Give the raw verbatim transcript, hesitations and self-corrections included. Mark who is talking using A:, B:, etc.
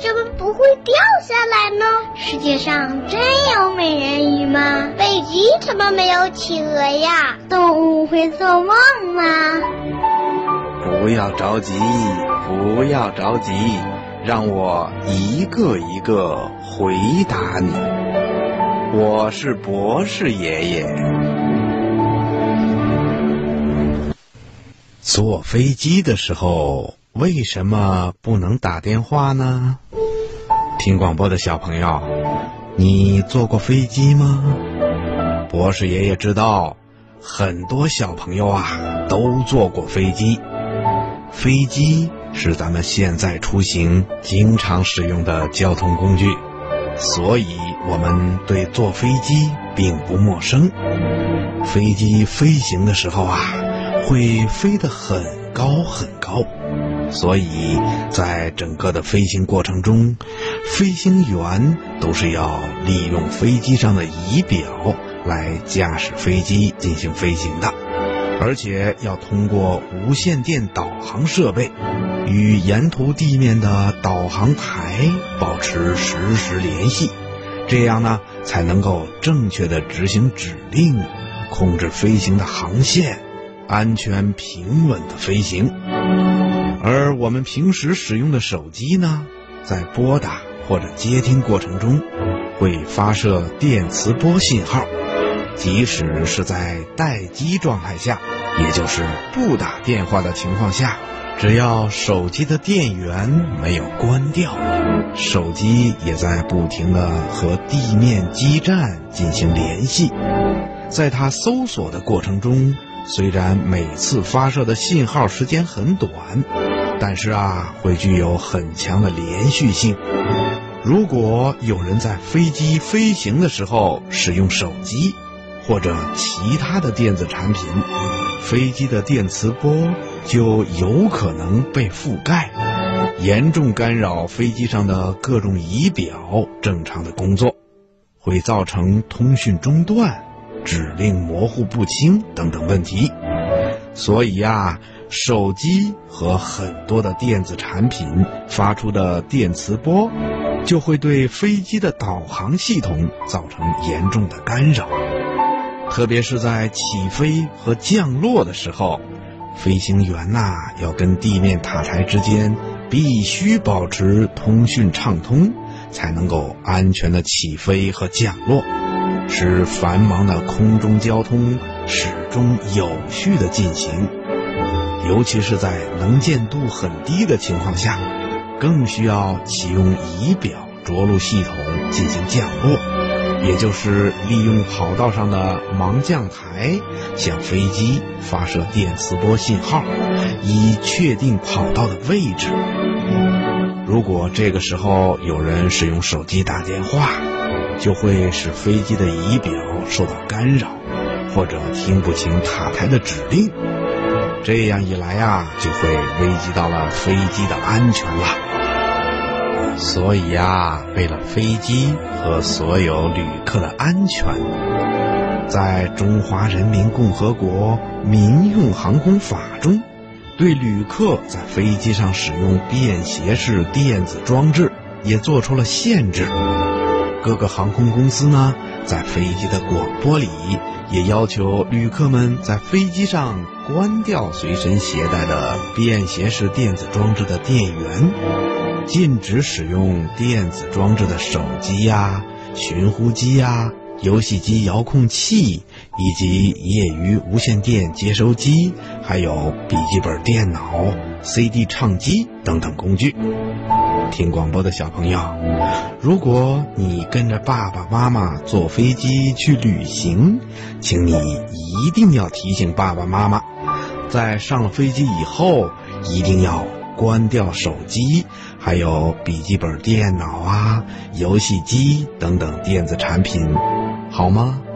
A: 什么不会掉下来呢？世界上真有美人鱼吗？飞机怎么没有企鹅呀？动物会做梦吗？
B: 不要着急，不要着急，让我一个一个回答你。我是博士爷爷。坐飞机的时候，为什么不能打电话呢？听广播的小朋友，你坐过飞机吗？博士爷爷知道，很多小朋友啊都坐过飞机。飞机是咱们现在出行经常使用的交通工具，所以我们对坐飞机并不陌生。飞机飞行的时候啊，会飞得很高很高，所以在整个的飞行过程中，飞行员都是要利用飞机上的仪表来驾驶飞机进行飞行的，而且要通过无线电导航设备与沿途地面的导航台保持实时联系，这样呢才能够正确的执行指令，控制飞行的航线，安全平稳的飞行。而我们平时使用的手机呢，在拨打或者接听过程中会发射电磁波信号，即使是在待机状态下，也就是不打电话的情况下，只要手机的电源没有关掉，手机也在不停地和地面基站进行联系。在它搜索的过程中，虽然每次发射的信号时间很短，但是啊，会具有很强的连续性。如果有人在飞机飞行的时候使用手机或者其他的电子产品，飞机的电磁波就有可能被覆盖，严重干扰飞机上的各种仪表正常的工作，会造成通讯中断、指令模糊不清等等问题。所以啊，手机和很多的电子产品发出的电磁波就会对飞机的导航系统造成严重的干扰。特别是在起飞和降落的时候，飞行员呐、啊、要跟地面塔台之间必须保持通讯畅通，才能够安全的起飞和降落，使繁忙的空中交通始终有序的进行。尤其是在能见度很低的情况下，更需要启用仪表着陆系统进行降落，也就是利用跑道上的盲降台向飞机发射电磁波信号，以确定跑道的位置。如果这个时候有人使用手机打电话，就会使飞机的仪表受到干扰，或者听不清塔台的指令。这样一来啊，就会危及到了飞机的安全了。所以啊，为了飞机和所有旅客的安全，在中华人民共和国民用航空法中，对旅客在飞机上使用便携式电子装置也做出了限制。各个航空公司呢，在飞机的广播里也要求旅客们在飞机上关掉随身携带的便携式电子装置的电源，禁止使用电子装置的手机呀、寻呼机呀、游戏机遥控器以及业余无线电接收机，还有笔记本电脑、C D 唱机等等工具。听广播的小朋友，如果你跟着爸爸妈妈坐飞机去旅行，请你一定要提醒爸爸妈妈，在上了飞机以后，一定要关掉手机，还有笔记本电脑啊、游戏机等等电子产品，好吗？